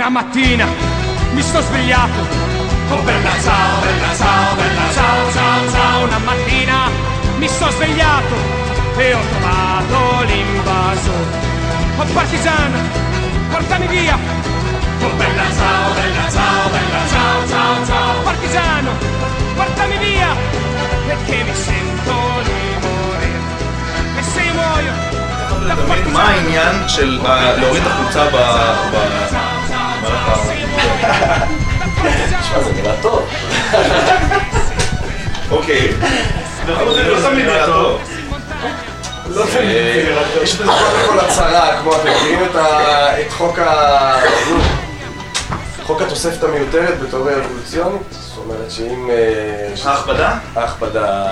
Una mattina mi sto svegliato. Oh bella ciao, bella ciao, bella ciao, ciao, ciao. Una mattina mi sto svegliato e ho trovato l'invasore. Oh partigiano, portami via. Oh bella ciao, bella ciao, bella ciao, ciao, ciao. Partigiano, portami via, perché mi sento di morire. E se io muoio da partigiano. מה העניין של להוריד את החולצה במהלך תשמע, זה נראה טוב. אוקיי. לא תמיד נראה טוב. יש בזה כל הצהרה, כמו אתם מכירים את חוק התוספת המיותרת בתיאוריה אבולוציונית? זאת אומרת שאם... ההכבדה? ההכבדה.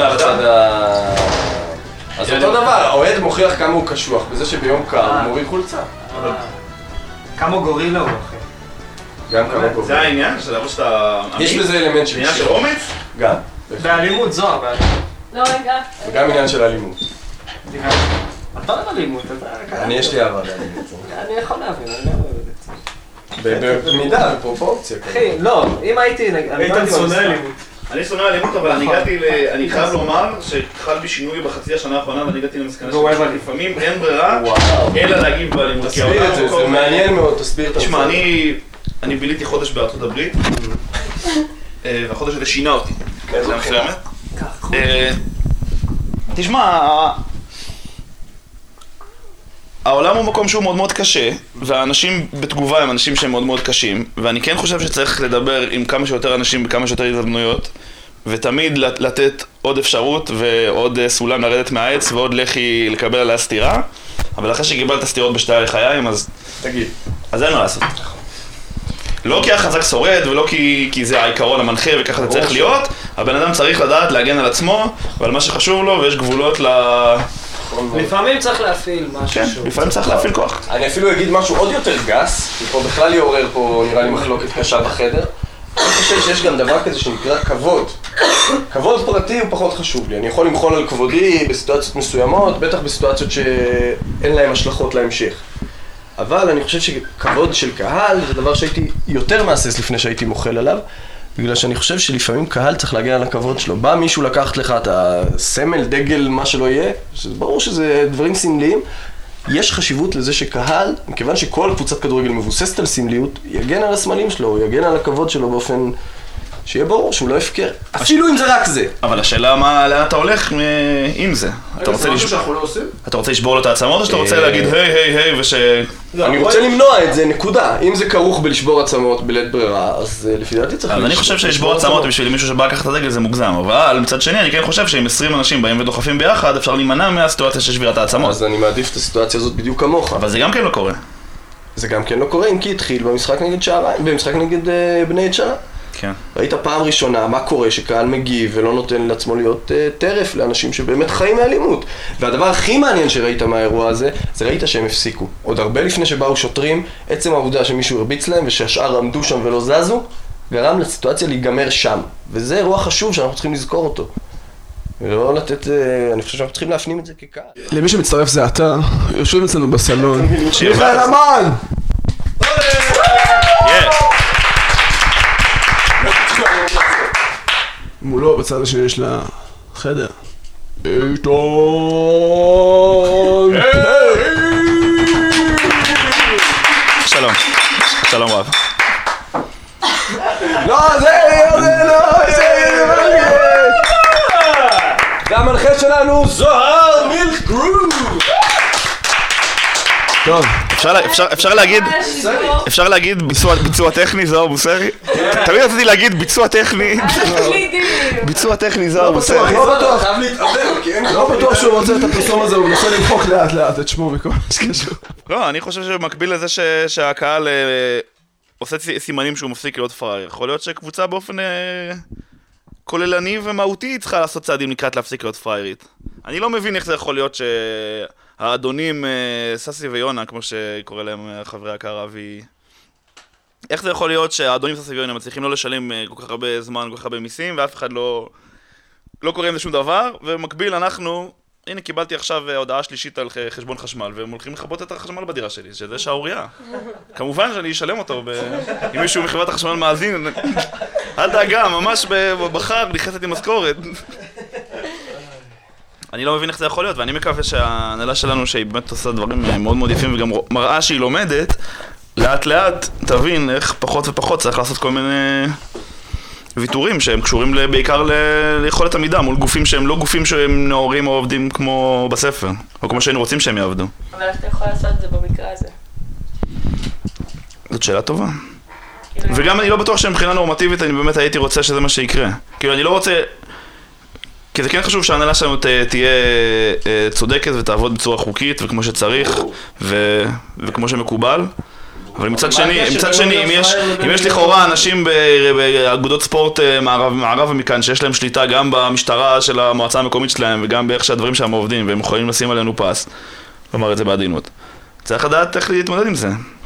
אז אותו דבר, האוהד מוכיח כמה הוא קשוח, בזה שביום קר הוא מוריד חולצה. כמה גורילה הוא אחי. גם כמה גורילה. זה העניין? שאתה... יש בזה אלמנט של... עניין של אומץ? גם. באלימות זוהר, באלימות. לא, רגע. וגם עניין של אלימות. אתה לא אלימות, אני יש לי אהבה לאלימות. אני יכול להבין, אני לא אוהב את זה. במידה, בפרופורציה. אחי, לא, אם הייתי... איתן שונא אלימות. אני שונא אלימות, אבל אני חייב לומר שחל בי שינוי בחצי השנה האחרונה ואני הגעתי למסקנה שלפעמים אין ברירה אלא להגיב באלימות. תסביר את זה, זה מעניין מאוד, תסביר את זה. תשמע, אני ביליתי חודש בארצות הברית והחודש הזה שינה אותי. זה מסוימת. תשמע, העולם הוא מקום שהוא מאוד מאוד קשה, והאנשים בתגובה הם אנשים שהם מאוד מאוד קשים, ואני כן חושב שצריך לדבר עם כמה שיותר אנשים בכמה שיותר הזדמנויות, ותמיד לתת עוד אפשרות ועוד סולם לרדת מהעץ ועוד לכי לקבל עליה סתירה, אבל אחרי שקיבלת סתירות בשתי החיים, אז... תגיד. אז אין מה לעשות. לא כי החזק שורד ולא כי זה העיקרון המנחה וככה זה צריך להיות, הבן אדם צריך לדעת להגן על עצמו ועל מה שחשוב לו, ויש גבולות לפעמים צריך להפעיל משהו. כן, לפעמים צריך להפעיל כוח. אני אפילו אגיד משהו עוד יותר גס, כי פה בכלל יעורר פה נראה לי מחלוקת קשה בחדר. אני חושב שיש גם דבר כזה שנקרא כבוד. כבוד פרטי הוא פחות חשוב לי. אני יכול למחול על כבודי בסיטואציות מסוימות, בטח בסיטואציות שאין להם השלכות להמשך. אבל אני חושב שכבוד של קהל זה דבר שהייתי יותר מהסס לפני שהייתי מוחל עליו, בגלל שאני חושב שלפעמים קהל צריך להגן על הכבוד שלו. בא מישהו לקחת לך את הסמל, דגל, מה שלא יהיה, ברור שזה דברים סמליים. יש חשיבות לזה שקהל, מכיוון שכל קבוצת כדורגל מבוססת על סמליות, יגן על הסמלים שלו, יגן על הכבוד שלו באופן שיהיה ברור שהוא לא יפקר, אפילו אם זה רק זה. אבל השאלה מה, לאן אתה הולך עם זה? אתה רוצה לשבור לו את העצמות או שאתה רוצה להגיד היי וש... אני רוצה למנוע את זה, נקודה. אם זה כרוך בלשבור עצמות בלית ברירה, אז לפי דעתי צריך... אני חושב שלשבור עצמות בשביל מישהו שבא לקחת את הדגל זה מוגזם, אבל מצד שני אני כן חושב שאם 20 אנשים באים ודוחפים ביחד אפשר להימנע מהסיטואציה של שבירת העצמות. אז אני מעדיף את הסיטואציה הזאת בדיוק כמוך. אבל זה גם כן לא קורה. זה גם כן לא קורה, אם כי התחיל במשחק נגד שעריים, במשחק נגד בני עד שנה. כן. ראית פעם ראשונה מה קורה שקהל מגיב ולא נותן לעצמו להיות טרף לאנשים שבאמת חיים מאלימות. והדבר הכי מעניין שראית מהאירוע הזה, זה ראית שהם הפסיקו. עוד הרבה לפני שבאו שוטרים, עצם העובדה שמישהו הרביץ להם ושהשאר עמדו שם ולא זזו, גרם לסיטואציה להיגמר שם. וזה אירוע חשוב שאנחנו צריכים לזכור אותו. ולא לתת, אני חושב שאנחנו צריכים להפנים את זה כקהל. למי שמצטרף זה אתה, יושבים אצלנו בסלון. מיכאל אמן! מולו בצד השני יש לה חדר. איתן! שלום. שלום רב. לא, זה והמנחה שלנו זוהר מילך גרוב. טוב. אפשר להגיד ביצוע טכני זוהר בוסרי? תמיד רציתי להגיד ביצוע טכני. ביצוע טכני זוהר בוסרי. לא בטוח שהוא רוצה את הפרסום הזה, הוא מנסה למחוק לאט לאט את שמו וכל מה שקשור. לא, אני חושב שבמקביל לזה שהקהל עושה סימנים שהוא מפסיק להיות פראייר, יכול להיות שקבוצה באופן כוללני ומהותי צריכה לעשות צעדים לקראת להפסיק להיות פראיירית. אני לא מבין איך זה יכול להיות האדונים ססי ויונה, כמו שקורא להם חברי הקהל אבי, איך זה יכול להיות שהאדונים ססי ויונה מצליחים לא לשלם כל כך הרבה זמן, כל כך הרבה מיסים, ואף אחד לא קורא עם זה שום דבר, ובמקביל אנחנו הנה קיבלתי עכשיו הודעה שלישית על חשבון חשמל, והם הולכים לחבות את החשמל בדירה שלי, שזה שערוריה. כמובן שאני אשלם אותו, אם מישהו מחברת החשמל מאזין, אל דאגה, ממש בחר, נכנסת עם משכורת. אני לא מבין איך זה יכול להיות, ואני מקווה שההנהלה שלנו, שהיא באמת עושה דברים מאוד מאוד יפים, וגם מראה שהיא לומדת, לאט לאט תבין איך פחות ופחות צריך לעשות כל מיני ויתורים שהם קשורים בעיקר ליכולת עמידה מול גופים שהם לא גופים שהם נאורים או עובדים כמו בספר, או כמו שהיינו רוצים שהם יעבדו. אבל איך אתה יכול לעשות את זה במקרה הזה? זאת שאלה טובה. וגם אני לא בטוח שמבחינה נורמטיבית אני באמת הייתי רוצה שזה מה שיקרה. כאילו אני לא רוצה... כי זה כן חשוב שההנהלה שלנו תהיה צודקת ותעבוד בצורה חוקית וכמו שצריך וכמו שמקובל. אבל מצד שני, אם יש לכאורה אנשים באגודות ספורט מערב ומכאן שיש להם שליטה גם במשטרה של המועצה המקומית שלהם וגם באיך שהדברים שם עובדים והם יכולים לשים עלינו פס, לומר את זה בעדינות. צריך לדעת איך להתמודד עם זה.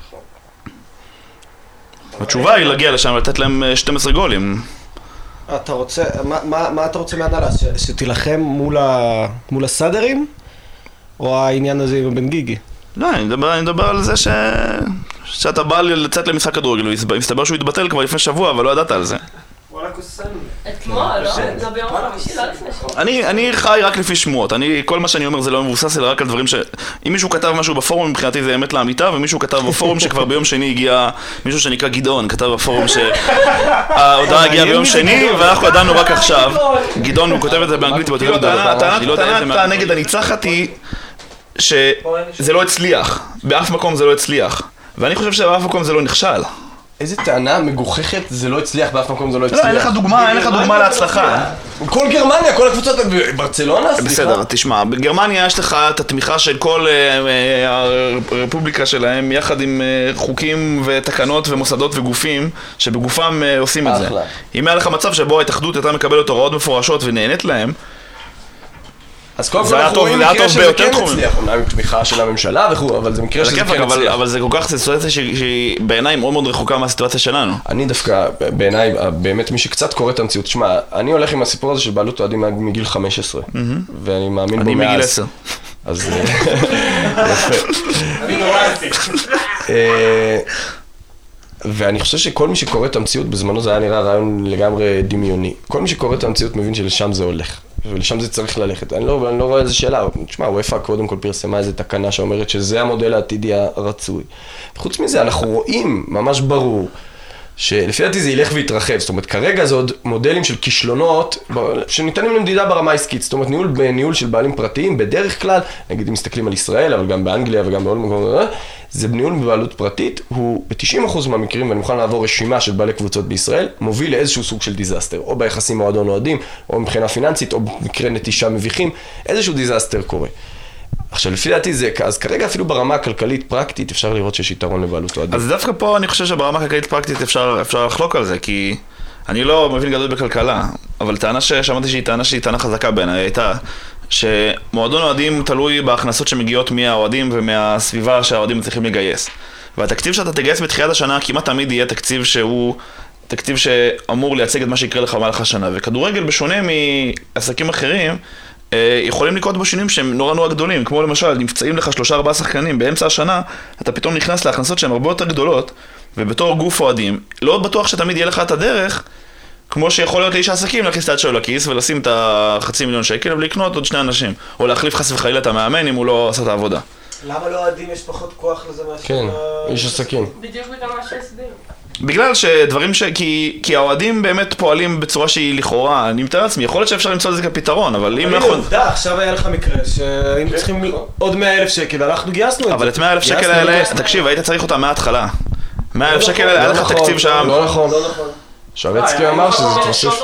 התשובה היא להגיע לשם ולתת להם 12 גולים. אתה רוצה, מה אתה רוצה מהנהלה? שתילחם מול הסדרים? או העניין הזה עם בן גיגי? לא, אני מדבר על זה שאתה בא לצאת למשחק כדורגל, ומסתבר שהוא התבטל כבר לפני שבוע, אבל לא ידעת על זה. וואלה קוסם. אתמול, לא? זה ביום חמישי, לא לפני שבוע. אני חי רק לפי שמועות, כל מה שאני אומר זה לא מבוסס, אלא רק על דברים אם מישהו כתב משהו בפורום, מבחינתי זה אמת לאמיתה, ומישהו כתב בפורום שכבר ביום שני הגיע, מישהו שנקרא גדעון, כתב בפורום שההודעה הגיעה ביום שני, ואנחנו ידענו רק עכשיו. גדעון, הוא כותב את זה באנגלית, הטענה נגד הניצחת היא שזה לא הצליח, באף מקום זה לא הצליח, ואני חושב שבאף מקום זה לא נכשל. איזה טענה מגוחכת, זה לא הצליח, באף מקום זה לא הצליח. לא, אין לך דוגמה להצלחה. כל גרמניה, כל הקבוצות, ברצלונה, סליחה. בסדר, תשמע, בגרמניה יש לך את התמיכה של כל הרפובליקה שלהם, יחד עם חוקים ותקנות ומוסדות וגופים, שבגופם עושים את זה. אם היה לך מצב שבו ההתאחדות הייתה מקבלת הוראות מפורשות ונהנית להם, אז קודם כל אנחנו רואים מקרה שזה כן הצליח, אומנם עם תמיכה של הממשלה וכו', אבל זה מקרה שזה כן הצליח. אבל זה כל כך סיטואציה שהיא בעיניי מאוד מאוד רחוקה מהסיטואציה שלנו. אני דווקא, בעיניי, באמת מי שקצת קורא את המציאות, תשמע, אני הולך עם הסיפור הזה של בעלות אוהדים מגיל 15, ואני מאמין בו מאז. אני מגיל 10. אז יפה. אני נורדתי. ואני חושב שכל מי שקורא את המציאות, בזמנו זה היה נראה רעיון לגמרי דמיוני. כל מי שקורא את המציאות מבין שלשם זה הולך. ולשם זה צריך ללכת. אני לא רואה איזה שאלה. תשמע, וופא קודם כל פרסמה איזו תקנה שאומרת שזה המודל העתידי הרצוי. וחוץ מזה, אנחנו רואים ממש ברור שלפי דעתי זה ילך ויתרחב. זאת אומרת, כרגע זה עוד מודלים של כישלונות שניתנים למדידה ברמה העסקית. זאת אומרת, ניהול של בעלים פרטיים, בדרך כלל, נגיד אם מסתכלים על ישראל, אבל גם באנגליה וגם בעוד מקום, זה ניהול בבעלות פרטית, הוא ב-90% מהמקרים, ואני מוכן לעבור רשימה של בעלי קבוצות בישראל, מוביל לאיזשהו סוג של דיזסטר, או ביחסים מועדון אוהדים, או מבחינה פיננסית, או במקרה נטישה מביכים, איזשהו דיזסטר קורה. עכשיו, לפי דעתי זה, אז כרגע אפילו ברמה הכלכלית פרקטית אפשר לראות שיש יתרון לבעלות אוהדים. אז דווקא פה אני חושב שברמה הכלכלית פרקטית אפשר לחלוק על זה, כי אני לא מבין גדול בכלכלה, אבל טענה ששמעתי שהיא טענה חזקה בעיניי, הייתה שמועדון אוהדים תלוי בהכנסות שמגיעות מהאוהדים ומהסביבה שהאוהדים צריכים לגייס. והתקציב שאתה תגייס בתחילת השנה כמעט תמיד יהיה תקציב שהוא תקציב שאמור לייצג את מה שיקרה לך במהלך השנה. וכדורגל בשונה מעסקים אחרים, יכולים לקרות בו שינויים שהם נורא גדולים, כמו למשל, נפצעים לך 3-4 שחקנים באמצע השנה, אתה פתאום נכנס להכנסות שהן הרבה יותר גדולות, ובתור גוף אוהדים, לא בטוח שתמיד יהיה לך את הדרך, כמו שיכול להיות לאיש העסקים להכניס את היד שלו לכיס ולשים את $500,000 שקל ולקנות עוד 2 אנשים, או להחליף חס וחלילה את המאמן אם הוא לא עשה את העבודה. למה לא אוהדים יש פחות כוח לזה מאשר... כן, איש עסקים. בדיוק בגלל מה שהסביר. בגלל שדברים כי האוהדים באמת פועלים בצורה שהיא לכאורה, אני מתאר לעצמי, יכול להיות שאפשר למצוא לזה כפתרון, אבל אם נכון... עובדה, עכשיו היה לך מקרה שהיינו צריכים עוד 100,000 שקל, ואנחנו גייסנו את זה. אבל את 100,000 שקל האלה, תקשיב, היית צריך אותם מההתחלה. 100,000 שקל האלה, היה לך תקציב שם... לא נכון. שרצקי אמר שזה תוסיף.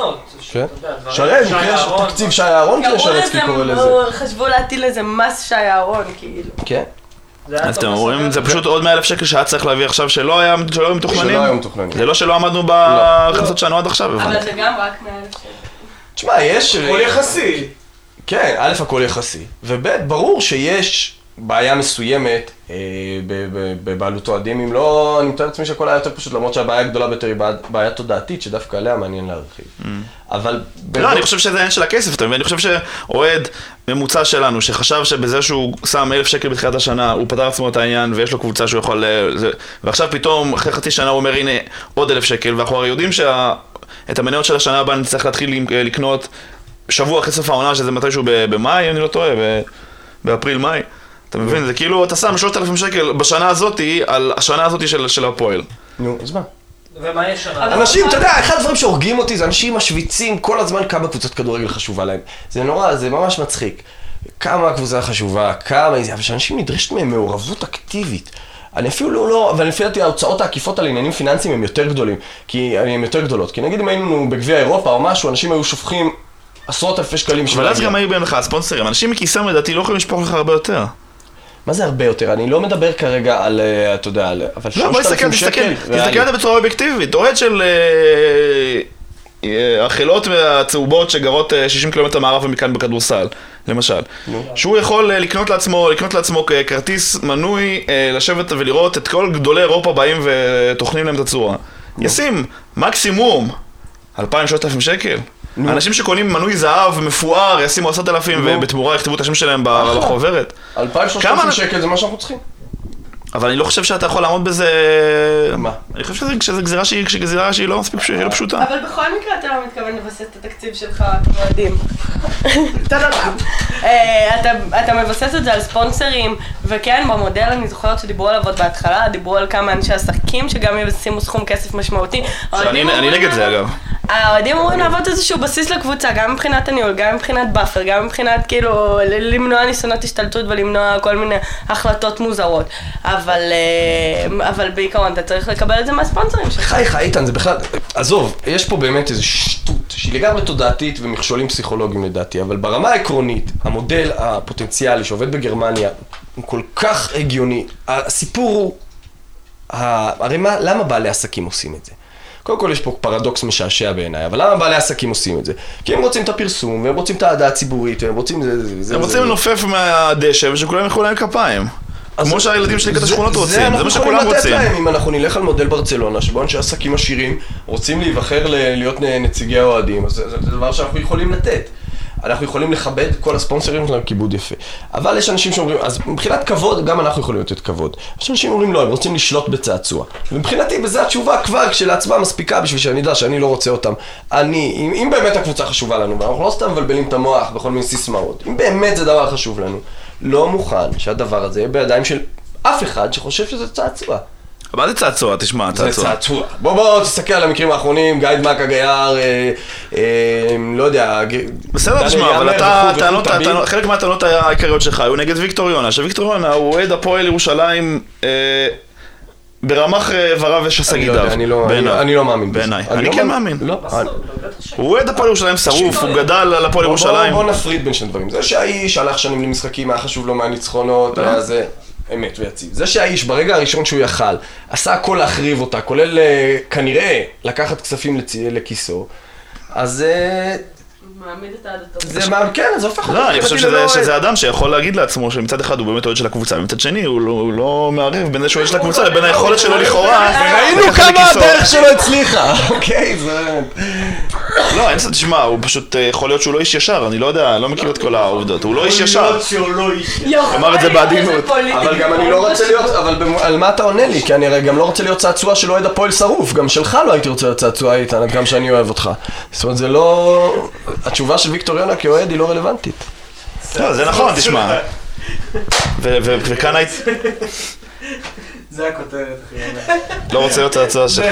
שרן, יש תקציב שי אהרון שרצקי קורא לזה. חשבו להטיל איזה מס שי אהרון, כאילו. כן. אז אתם אומרים, זה פשוט עוד 100,000 שקל שהיה צריך להביא עכשיו שלא היו מתוכננים? זה לא שלא עמדנו בהכנסות שלנו עד עכשיו. אבל זה גם רק 100,000 שקל. תשמע, יש... הכל יחסי. כן, א' הכל יחסי. וב' ברור שיש בעיה מסוימת בבעלות אוהדים, אם לא, אני מתאר לעצמי שהכל היה יותר פשוט, למרות שהבעיה הגדולה ביותר היא בעיה תודעתית, שדווקא עליה מעניין להרחיב. אבל... לא, אני חושב שזה העניין של הכסף, ואני חושב שאוהד ממוצע שלנו, שחשב שבזה שהוא שם 1,000 שקל בתחילת השנה, הוא פתר עצמו את העניין, ויש לו קבוצה שהוא יכול... ועכשיו פתאום, אחרי חצי שנה הוא אומר, הנה, עוד 1,000 שקל, ואנחנו הרי יודעים את המניות של השנה הבאה נצטרך להתחיל לקנות שבוע אחרי סוף העונה, שזה מתישהו במאי, אני לא טועה, באפריל-מאי. אתה מבין? זה כאילו, אתה שם 3,000 שקל בשנה הזאת, על השנה הזאת של הפועל. נו, אז מה? ומה יש שנה? אנשים, אתה יודע, אחד הדברים שהורגים אותי זה אנשים משוויצים כל הזמן כמה קבוצת כדורגל חשובה להם. זה נורא, זה ממש מצחיק. כמה הקבוצה חשובה, כמה... אבל שאנשים נדרשת מהם מעורבות אקטיבית. אני אפילו לא, אבל לפי דעתי ההוצאות העקיפות על עניינים פיננסיים הם יותר גדולים, הם יותר גדולות. כי נגיד אם היינו בגביע אירופה או משהו, אנשים היו שופכים עשרות אלפי שקלים. אבל אז גם היו בהם לך הספונסרים. אנשים מכיסם לדעתי לא יכולים לשפוך לך הרבה יותר. מה זה הרבה יותר? אני לא מדבר כרגע על, אתה יודע, אבל 3,000 שקל. תסתכל על זה בצורה אובייקטיבית. אוהד של החילות והצהובות שגרות 60 קילומטר מערב ומכאן בכדורסל, למשל. שהוא יכול לקנות לעצמו כרטיס מנוי, לשבת ולראות את כל גדולי אירופה באים ותוכנים להם את הצורה. ישים מקסימום 2,000-3,000 שקל. אנשים שקונים מנוי זהב מפואר ישימו 10,000 ובתמורה יכתבו את השם שלהם בחוברת. 2,000-3,000 שקל זה מה שאנחנו צריכים. אבל אני לא חושב שאתה יכול לעמוד בזה... מה? אני חושב שזו גזירה שהיא לא מספיק פשוטה. אבל בכל מקרה אתה לא מתכוון לבסס את התקציב שלך כמועדים. אתה מבסס את זה על ספונסרים, וכן, במודל אני זוכרת שדיברו עליו עוד בהתחלה, דיברו על כמה אנשי עסקים שגם ישימו סכום כסף משמעותי. אני נגד זה אגב. האוהדים אמורים לעבוד איזשהו בסיס לקבוצה, גם מבחינת הניהול, גם מבחינת באפר, גם מבחינת כאילו למנוע ניסיונות השתלטות ולמנוע כל מיני החלטות מוזרות. אבל בעיקרון אתה צריך לקבל את זה מהספונסרים שלך. חי, איתן, זה בכלל... עזוב, יש פה באמת איזו שטות שהיא לגמרי תודעתית ומכשולים פסיכולוגיים לדעתי, אבל ברמה העקרונית, המודל הפוטנציאלי שעובד בגרמניה הוא כל כך הגיוני. הסיפור הוא... הרי למה בעלי עסקים עושים את זה? קודם כל יש פה פרדוקס משעשע בעיניי, אבל למה בעלי עסקים עושים את זה? כי הם רוצים את הפרסום, והם רוצים את האהדה הציבורית, והם רוצים... הם רוצים לנופף מהדשא ושכולם יכולים להם כפיים. כמו שהילדים שלי את השכונות רוצים, זה מה שכולם רוצים. אם אנחנו נלך על מודל ברצלונה, שבו אנשי עסקים עשירים רוצים להיבחר להיות נציגי האוהדים, אז זה דבר שאנחנו יכולים לתת. אנחנו יכולים לכבד כל הספונסרים שלנו כיבוד יפה. אבל יש אנשים שאומרים, אז מבחינת כבוד, גם אנחנו יכולים לתת כבוד. יש אנשים אומרים לא, הם רוצים לשלוט בצעצוע. ומבחינתי, בזה התשובה כבר כשלעצמה מספיקה בשביל שאני יודע שאני לא רוצה אותם. אם באמת הקבוצה חשובה לנו, ואנחנו לא סתם מבלבלים את המוח בכל מיני סיסמאות, אם באמת זה דבר חשוב לנו, לא מוכן שהדבר הזה יהיה בידיים של אף אחד שחושב שזה צעצוע. מה זה צעצוע? תשמע, צעצוע. זה צעצוע. בוא תסתכל על המקרים האחרונים, גייד מק הגייר, לא יודע, בסדר, תשמע, אבל חלק מהטענות העיקריות שלך היו נגד ויקטור יונה, שוויקטור יונה הוא אוהד הפועל ירושלים ברמ"ח איבריו ושס"ה גידיו. אני לא מאמין. בעיניי. אני כן מאמין. לא. הוא אוהד הפועל ירושלים שרוף, הוא גדל על הפועל ירושלים. בוא נפריד בין שני דברים. זה שהאיש הלך שנים למשחקים, היה חשוב לו מהניצחונות, היה זה... אמת ויציב. זה שהאיש ברגע הראשון שהוא יכל, עשה הכל להחריב אותה, כולל כנראה לקחת כספים לכיסו, אז מעמיד את העדתו. זה מה, כן, זה הופך אותה. לא, אני חושב שזה אדם שיכול להגיד לעצמו שמצד אחד הוא באמת אוהד של הקבוצה, ומצד שני הוא לא מערב בין זה שהוא אוהד של הקבוצה לבין היכולת שלו לכאורה. וראינו כמה הדרך שלו הצליחה. אוקיי, זה... לא, אין סתם, תשמע, הוא פשוט יכול להיות שהוא לא איש ישר, אני לא יודע, לא מכיר את כל העובדות, הוא לא איש ישר. אמר את זה בעדינות. אבל גם אני לא רוצה להיות, אבל על מה אתה עונה לי? כי אני הרי גם לא רוצה להיות צעצוע של אוהד הפועל שרוף, גם שלך לא הייתי רוצה להיות צעצוע איתן, גם שאני אוהב אותך. זאת אומרת, זה לא... התשובה של ויקטור יונה כאוהד היא לא רלוונטית. זה נכון, תשמע. וכאן היית... זה הכותרת, אחי. לא רוצה להיות הצעה שלך.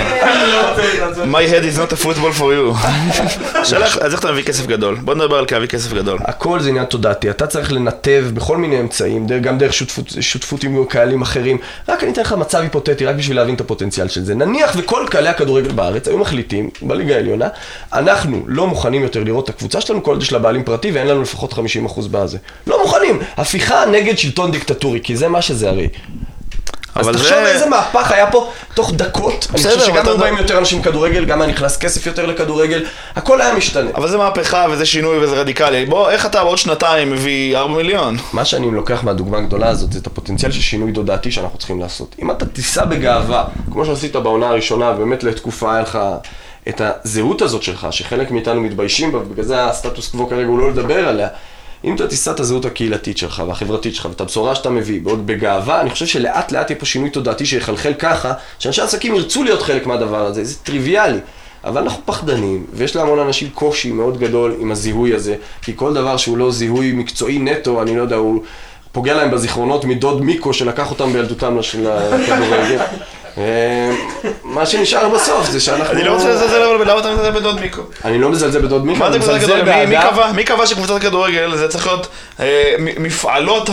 My head is not a football for you. אז איך אתה מביא כסף גדול? בוא נדבר על להביא כסף גדול. הכל זה עניין תודעתי. אתה צריך לנתב בכל מיני אמצעים, גם דרך שותפות עם קהלים אחרים. רק אני אתן לך מצב היפותטי, רק בשביל להבין את הפוטנציאל של זה. נניח וכל קהלי הכדורגל בארץ היו מחליטים, בליגה העליונה, אנחנו לא מוכנים יותר לראות את הקבוצה שלנו, כל עוד יש לה בעלים פרטי ואין לנו לפחות 50% בזה. לא מוכנים. הפיכה נגד שלטון דיקטטורי, כי זה מה שזה הרי. אז אבל תחשוב איזה מהפך היה פה תוך דקות. אני חושב שגם אבל באים יותר אנשים לכדורגל, גם היה נכנס כסף יותר לכדורגל, הכל היה משתנה. אבל זה מהפכה וזה שינוי וזה רדיקלי. בוא, איך אתה בעוד שנתיים מביא 4 מיליון? מה שאני לוקח מהדוגמה הגדולה הזאת, זה את הפוטנציאל של שינוי תודעתי שאנחנו צריכים לעשות. אם אתה תיסע בגאווה, כמו שעשית בעונה הראשונה, באמת לתקופה היה לך את הזהות הזאת שלך, שחלק מאיתנו מתביישים בה, ובגלל זה הסטטוס קוו כרגע הוא לא לדבר עליה. אם אתה תיסע את הזהות הקהילתית שלך והחברתית שלך ואת הבשורה שאתה מביא בעוד בגאווה, אני חושב שלאט לאט יהיה פה שינוי תודעתי שיחלחל ככה, שאנשי עסקים ירצו להיות חלק מהדבר הזה, זה טריוויאלי. אבל אנחנו פחדנים, ויש להמון אנשים קושי מאוד גדול עם הזיהוי הזה, כי כל דבר שהוא לא זיהוי מקצועי נטו, אני לא יודע, הוא פוגע להם בזיכרונות מדוד מיקו שלקח אותם בילדותם לכדורגל. מה שנשאר בסוף זה שאנחנו... אני לא רוצה לזלזל, אבל למה אתה מזלזל בדוד מיקו? אני לא מזלזל בדוד מיקו, מה זה אני קבוצת מזלזל כדורגל? באהדה. מי קבע שקבוצת כדורגל זה צריך להיות מפעלות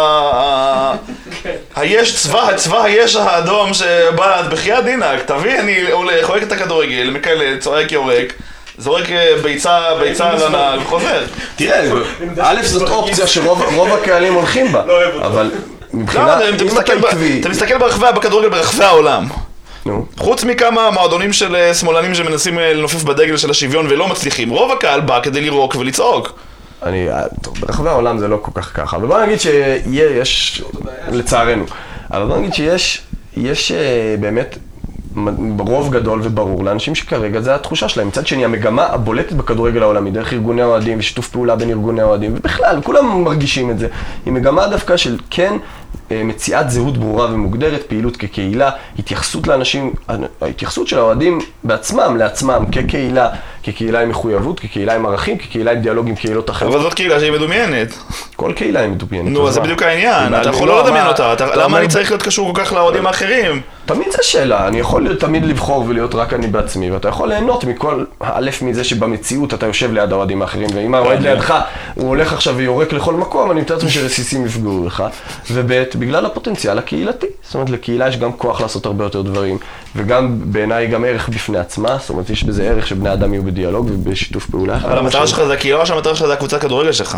צבא היש האדום שבא בחייאת דינק, תביא, אני חורק את הכדורגל, מקלל, צורק יורק, זורק ביצה על הנעל וחוזר. תראה, א' זאת אופציה שרוב הקהלים הולכים בה, אבל מבחינה, אם אתה עקבי... אתה מסתכל בכדורגל ברחבי העולם. חוץ מכמה מועדונים של שמאלנים שמנסים לנופף בדגל של השוויון ולא מצליחים, רוב הקהל בא כדי לירוק ולצעוק. טוב, ברחבי העולם זה לא כל כך ככה, אבל בוא נגיד שיש, לצערנו, אבל בוא נגיד שיש באמת רוב גדול וברור לאנשים שכרגע זה התחושה שלהם. מצד שני, המגמה הבולטת בכדורגל העולמי, דרך ארגוני האוהדים ושיתוף פעולה בין ארגוני האוהדים, ובכלל, כולם מרגישים את זה, היא מגמה דווקא של כן מציאת זהות ברורה ומוגדרת, פעילות כקהילה, התייחסות לאנשים, ההתייחסות של האוהדים בעצמם, לעצמם, כקהילה עם מחויבות, כקהילה עם ערכים, כקהילה עם דיאלוג עם קהילות אחרות. אבל זאת קהילה שהיא מדומיינת. כל קהילה היא מדומיינת. נו, אז זה בדיוק העניין, אתה יכול לא לדמיין אותה, למה אני צריך להיות קשור כל כך לאוהדים האחרים? תמיד זה שאלה, אני יכול תמיד לבחור ולהיות רק אני בעצמי, ואתה יכול ליהנות מכל האלף מזה שבמציאות אתה יושב ליד האוהדים האחרים, ואם האוהד לידך הוא הולך עכשיו ויורק לכל מקום, אני מתאר שרסיסים יפגעו לך, ובית, בגלל הפוטנציאל הקהילתי. זאת אומרת, לקהילה יש גם כוח לעשות הרבה יותר דברים, וגם בעיניי גם ערך בפני עצמה, זאת אומרת, יש בזה ערך שבני אדם יהיו בדיאלוג ובשיתוף פעולה. אבל המטרה שלך זה הקהילה או שהמטרה שלך זה הקבוצת כדורגל שלך?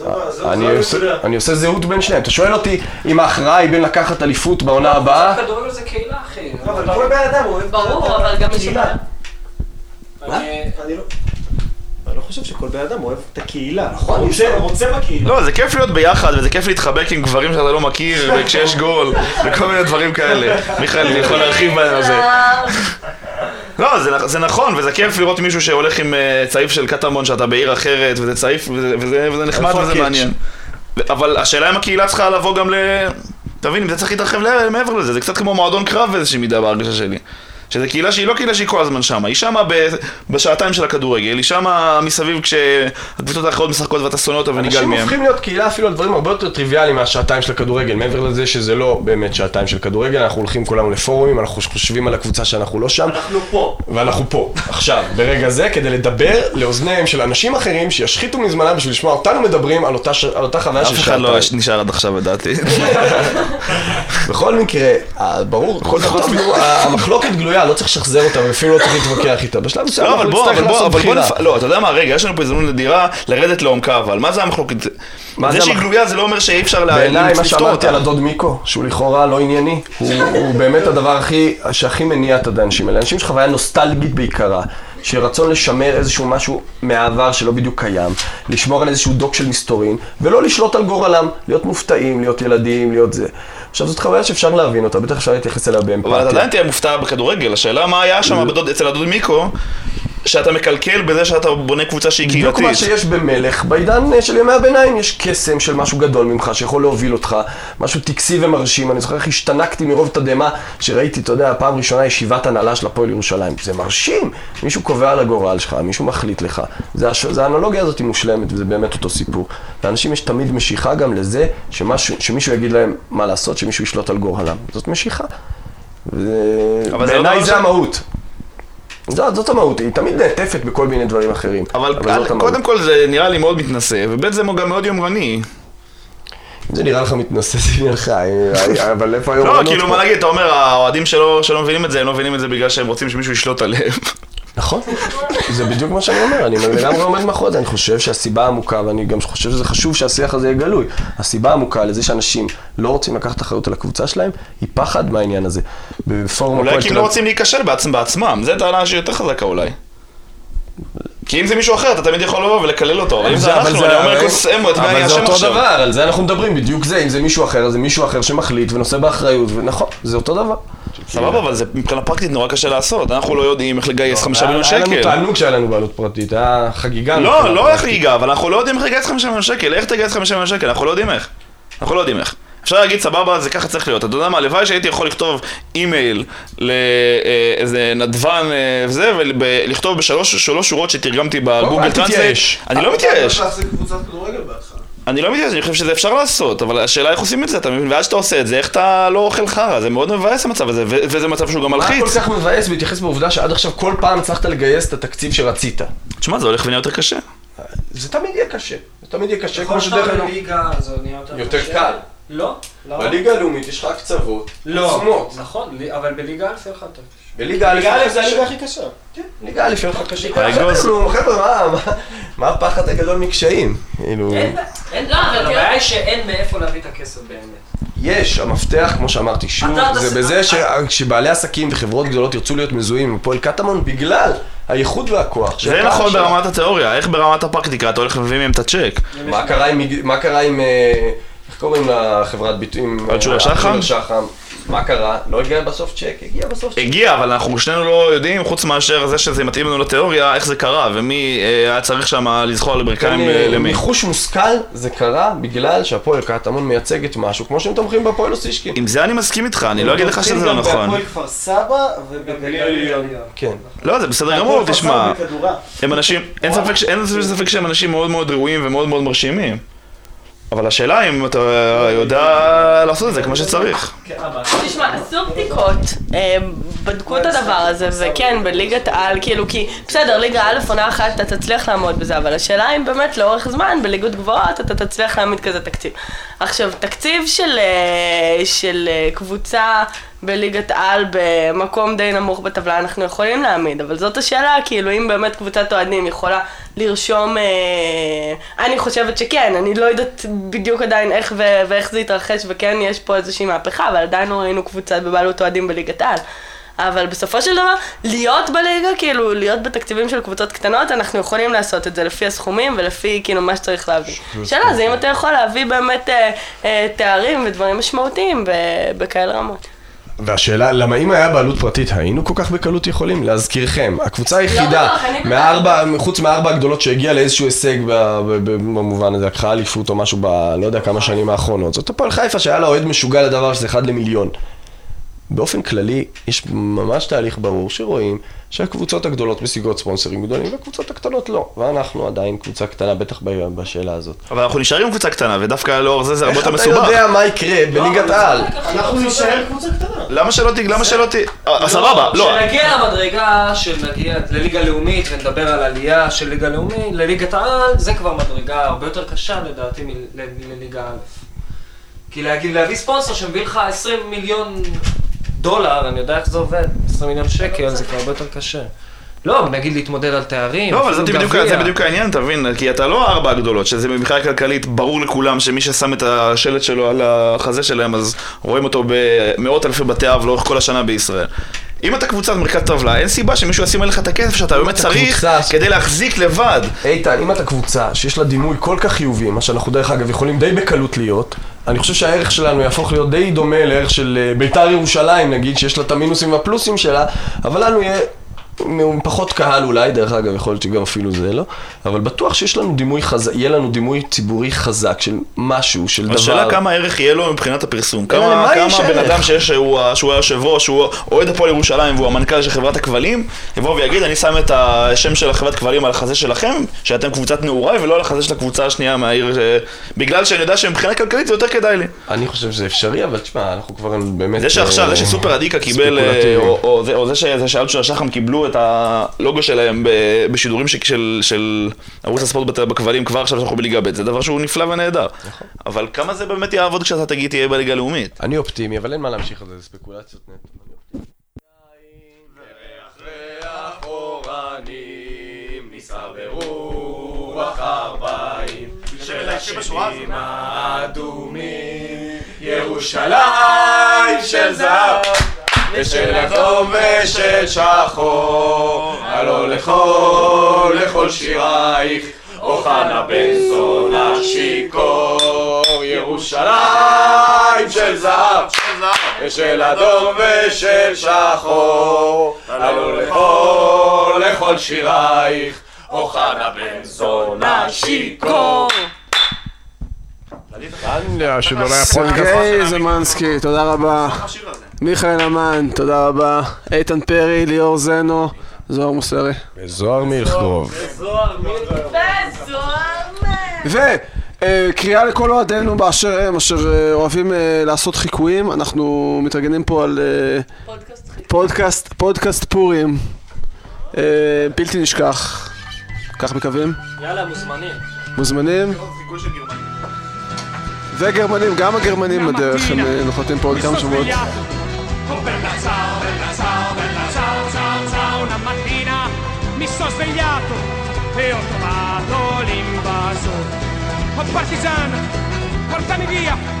אני עושה זהות בין שניהם. אתה שואל אותי אם ההכרעה היא בין לקחת אליפות בעונה הבאה? כדורגל זה קהילה, אחי. אבל כל בן אדם אוהב... ברור, אבל גם קהילה. מה? אני לא חושב שכל בן אדם אוהב את הקהילה. נכון, הוא רוצה בקהילה. לא, זה כיף להיות ביחד וזה כיף להתחבק עם גברים שאתה לא מכיר וכשיש גול וכל מיני דברים כאלה. מיכאל, אני יכול להרחיב בעניין הזה. לא, זה נכון, וזה כיף לראות מישהו שהולך עם צעיף של קטמון שאתה בעיר אחרת, וזה צעיף, וזה נחמד וזה מעניין. אבל השאלה אם הקהילה צריכה לבוא גם תבין, אם זה צריך להתרחב מעבר לזה, זה קצת כמו מועדון קרב באיזושהי מידה בהרגשה שלי. שזה קהילה שהיא לא קהילה שהיא כל הזמן שמה, היא שמה בשעתיים של הכדורגל, היא שמה מסביב כשהקבוצות האחרות משחקות ואתה שונא אותה וניגל מהם. אנשים הופכים להיות קהילה אפילו על דברים הרבה יותר טריוויאליים מהשעתיים של הכדורגל, מעבר לזה שזה לא באמת שעתיים של כדורגל, אנחנו הולכים כולנו לפורומים, אנחנו חושבים על הקבוצה שאנחנו לא שם. אנחנו פה. ואנחנו פה, עכשיו, ברגע זה, כדי לדבר לאוזניהם של אנשים אחרים שישחיתו מזמנם בשביל לשמוע אותנו מדברים על אותה חוויה של שעתיים. אף אחד לא נשאר עד עכשיו לדעתי. בכל מקרה, ברור, המחלוקת גלויה, לא צריך לשחזר אותה, ואפילו לא צריך להתווכח איתה. בשלב מסוים אנחנו נצטרך לעשות בחירה. לא, אתה יודע מה, רגע, יש לנו פה הזדמנות נדירה לרדת לעומקה, אבל מה זה המחלוקת? זה שהיא גלויה זה לא אומר שאי אפשר לפתור אותה. בעיניי, מה שאמרתי על הדוד מיקו, שהוא לכאורה לא ענייני, הוא באמת הדבר שהכי מניע את האנשים האלה. אנשים שחוויה נוסטלגית בעיקרה, שרצון לשמר איזשהו משהו מהעבר שלא בדיוק קיים, לשמור על איזשהו דוק של מסתורין, ולא לשלוט על גורלם, להיות מופתעים, להיות ילדים, להיות זה. עכשיו זאת חוויה שאפשר להבין אותה, בטח אפשר להתייחס אליה באמפתיה. אבל אתה עדיין תהיה מופתע בכדורגל, השאלה מה היה שם אצל הדוד מיקו, שאתה מקלקל בזה שאתה בונה קבוצה שהיא קהילתית. בדיוק מה שיש במלך, בעידן של ימי הביניים יש קסם של משהו גדול ממך שיכול להוביל אותך, משהו טקסי ומרשים. אני זוכר איך השתנקתי מרוב תדהמה שראיתי, אתה יודע, פעם ראשונה ישיבת הנהלה של הפועל ירושלים. זה מרשים, מישהו קובע על הגורל שלך, מישהו מחליט לך. האנלוגיה הזאת היא מושלמת וזה באמת אותו סיפור. לאנשים יש תמיד משיכה גם לזה שמישהו יגיד להם מה לעשות, שמישהו ישלוט על גורלם. זאת משיכה. בעיניי זה המהות. זאת המהות, היא תמיד נעטפת בכל מיני דברים אחרים. אבל קודם כל זה נראה לי מאוד מתנשא, ובית זה גם מאוד יומרני. אם זה נראה לך מתנשא, זה נראה לך, אבל איפה היומרנות? לא, כאילו מה נגיד, אתה אומר, האוהדים שלא מבינים את זה, הם לא מבינים את זה בגלל שהם רוצים שמישהו ישלוט עליהם. נכון, זה בדיוק מה שאני אומר, אני לגמרי עומד מאחורי זה, אני חושב שהסיבה העמוקה, ואני גם חושב שזה חשוב שהשיח הזה יהיה גלוי, הסיבה העמוקה לזה שאנשים לא רוצים לקחת אחריות על הקבוצה שלהם, היא פחד מהעניין הזה. אולי כי הם לא רוצים להיכשל בעצמם, זה טענה שהיא יותר חזקה אולי. כי אם זה מישהו אחר, אתה תמיד יכול לבוא ולקלל אותו, אבל אם זה אנחנו, אני אומר כוסאמו, את מי אני אשם עכשיו. אבל זה אותו דבר, על זה אנחנו מדברים, בדיוק זה, אם זה מישהו אחר, זה מישהו אחר שמחליט ונושא באחריות, ונכון, זה אותו דבר. סבבה, אבל זה מבחינה פרקטית נורא קשה לעשות, אנחנו לא יודעים איך לגייס 5 מיליון שקל. היה לנו תענוג שהיה לנו בעלות פרטית, היה חגיגה. לא היה חגיגה, אבל אנחנו לא יודעים איך לגייס 5 מיליון שקל, איך תגייס 5 מיליון שקל, אנחנו לא יודעים איך. אנחנו לא יודעים איך. אפשר להגיד סבבה, זה ככה צריך להיות. אתה יודע מה, הלוואי שהייתי יכול לכתוב אימייל לאיזה נדבן וזה, ולכתוב בשלוש שורות שתרגמתי בגוגל טרנסלייט. אני לא מתייאש. אני לא מתייאש, אני חושב שזה אפשר לעשות, אבל השאלה איך עושים את זה, אתה מבין? ועד שאתה עושה את זה, איך אתה לא אוכל חרא, זה מאוד מבאס המצב הזה, וזה מצב שהוא גם מלחיץ. מה כל כך מבאס בהתייחס בעובדה שעד עכשיו כל פעם הצלחת לגייס את התקציב שרצית? תשמע, זה הולך ונהיה יותר קשה. זה תמיד יהיה קשה. זה תמיד יהיה קשה. כמו שדרך בליגה זה נהיה יותר קל. לא. בליגה הלאומית יש לך קצוות, עוצמות. נכון, אבל בליגה א' יהיה לך יותר קשה. בליגה א' זה הליגה הכי קשה. כן, ליגה א' יהיה לך קשה. חבר'ה, מה הפחד הגדול מקשיים? הבעיה היא שאין מאיפה להביא את הכסף באמת. יש, המפתח, כמו שאמרתי, שוב, זה בזה שבעלי עסקים וחברות גדולות ירצו להיות מזוהים עם הפועל קטמון בגלל הייחוד והכוח. זה נכון ברמת התיאוריה, איך ברמת הפרקטיקה אתה הולך ומביא מהם את הצ'ק? מה קרה עם, איך קוראים לחברת ביטויים? אלצ'ור שחם? מה קרה? לא הגיע בסוף צ'ק, הגיע בסוף צ'ק. הגיע, אבל אנחנו שנינו לא יודעים, חוץ מאשר זה שזה מתאים לנו לתיאוריה, איך זה קרה, ומי היה צריך שם לזכור על ברכיים למי. ניחוש מושכל זה קרה בגלל שהפועל קטמון מייצגת משהו, כמו שהם תומכים בפועל אוסישקי. עם זה אני מסכים איתך, אני לא אגיד לך שזה לא נכון. בהפועל כפר סבא ובגליל העליון. כן. לא, זה בסדר גמור, תשמע. הם אנשים, אין ספק שהם אנשים מאוד מאוד ראויים ומאוד מאוד מרשימים. אבל השאלה אם אתה יודע לעשות את זה כמו שצריך. תשמע, עשו בדיקות, בדקו את הדבר הזה, וכן, בליגת העל, כאילו, כי בסדר, ליגה א' עונה אחת אתה תצליח לעמוד בזה, אבל השאלה אם באמת לאורך זמן, בליגות גבוהות, אתה תצליח להעמיד כזה תקציב. עכשיו, תקציב של קבוצה בליגת העל במקום די נמוך בטבלה אנחנו יכולים להעמיד, אבל זאת השאלה, כאילו אם באמת קבוצת אוהדים יכולה לרשום, אני חושבת שכן, אני לא יודעת בדיוק עדיין איך ואיך זה יתרחש, וכן יש פה איזושהי מהפכה, אבל עדיין לא ראינו קבוצת בבעלות אוהדים בליגת העל. אבל בסופו של דבר, להיות בליגה, כאילו להיות בתקציבים של קבוצות קטנות, אנחנו יכולים לעשות את זה לפי הסכומים ולפי כאילו מה שצריך להביא. שאלה, זה אם אתה יכול להביא באמת תארים ודברים משמעותיים בכאלה רמות. והשאלה, למה אם היה בעלות פרטית, היינו כל כך בקלות יכולים? להזכירכם, הקבוצה היחידה, חוץ מהארבע הגדולות שהגיעה לאיזשהו הישג במובן הזה, לקחה אליפות או משהו לא יודע כמה שנים האחרונות, זאת הפועל חיפה שהיה לה אוהד משוגע לדבר שזה 1 למיליון. באופן כללי, יש ממש תהליך ברור שרואים שהקבוצות הגדולות משיגות ספונסרים גדולים והקבוצות הקטנות לא. ואנחנו עדיין קבוצה קטנה, בטח בשאלה הזאת. אבל אנחנו נשארים קבוצה קטנה, ודווקא לאור זה הרבה יותר מסובך. איך אתה יודע מה יקרה בליגת העל? אנחנו נשאר קבוצה קטנה. למה שלא תהיה? סבבה, לא. כשנגיע למדרגה של נגיע לליגה לאומית ונדבר על עלייה של ליגה לאומית, לליגת העל, זה כבר מדרגה הרבה יותר קשה לדעתי לליגה א'. כי להביא ספונסר שמביא לך 20 מיליון דולר, אני יודע איך זה עובד, 20 מיליון שקל, זה כבר הרבה יותר קשה. לא, נגיד להתמודד על תארים. לא, אבל זה בדיוק העניין, תבין, כי אתה לא 4 הגדולות, שזה מבחינה כלכלית ברור לכולם שמי ששם את השלט שלו על החזה שלהם, אז רואים אותו במאות אלפי בתי אב לאורך כל השנה בישראל. אם אתה קבוצת מרכז טבלה, אין סיבה שמישהו ישים עליך את הכסף שאתה באמת צריך כדי להחזיק לבד. איתן, אם אתה קבוצה שיש לה דימוי כל כך חיובי, מה שאנחנו דרך אגב יכולים די בקלות להיות, אני חושב שהערך שלנו יהפוך להיות די דומה לערך של בית"ר ירושלים, נגיד, שיש לה את המינוסים והפלוסים שלה, אבל לנו יהיה פחות קהל אולי, דרך אגב, יכול להיות שגם אפילו זה לא, אבל בטוח שיש לנו דימוי חזק, יהיה לנו דימוי ציבורי חזק של משהו, של דבר. השאלה כמה ערך יהיה לו מבחינת הפרסום, כמה בן אדם שהוא היושב ראש, שהוא אוהד הפועל ירושלים והוא המנכ"ל של חברת הכבלים, יבוא ויגיד, אני שם את השם של חברת הכבלים על החזה שלכם, שאתם קבוצת נעוריי, ולא על החזה של הקבוצה השנייה מהעיר, בגלל שאני יודע שמבחינה כלכלית זה יותר כדאי לי. אני חושב שזה אפשרי, אבל תשמע, אנחנו כבר באמת... זה שעכשיו, זה שסופר עדיקה קיבל, או זה שאלצ'ור שחם קיבלו את הלוגו שלהם בשידורים של ערוץ הספורט בכבלים כבר עכשיו שאנחנו בליגה ב', זה דבר שהוא נפלא ונהדר. אבל כמה זה באמת יעבוד כשאתה תגיד תהיה בליגה הלאומית? אני אופטימי, אבל אין מה להמשיך על זה, ספקולציות נטו. שנים נישא ברוח 40 של השירים האדומים ירושלים של זהב ושל אדום ושל שחור הלא לכל שירייך אוחנה בן זונה שיכור ירושלים של זהב ושל אדום ושל שחור הלא לכל שירייך אוחנה בן זונה שיכור. סרגי זמנסקי, תודה רבה. מיכאל אמן, תודה רבה. איתן פרי, ליאור זנו, זוהר מוסרי. וזוהר מילכדרוב. וקריאה לכל אוהדינו באשר הם, אשר אוהבים לעשות חיקויים. אנחנו מתרגנים פה על פודקאסט פורים. בלתי נשכח. כך מקווים? יאללה, מוזמנים? וגרמנים, גם הגרמנים בדרך, הם נוחתים פה עוד כמה שבועות. Mi sono svegliato e ho trovato l'invasore. Oh partigiano, portami via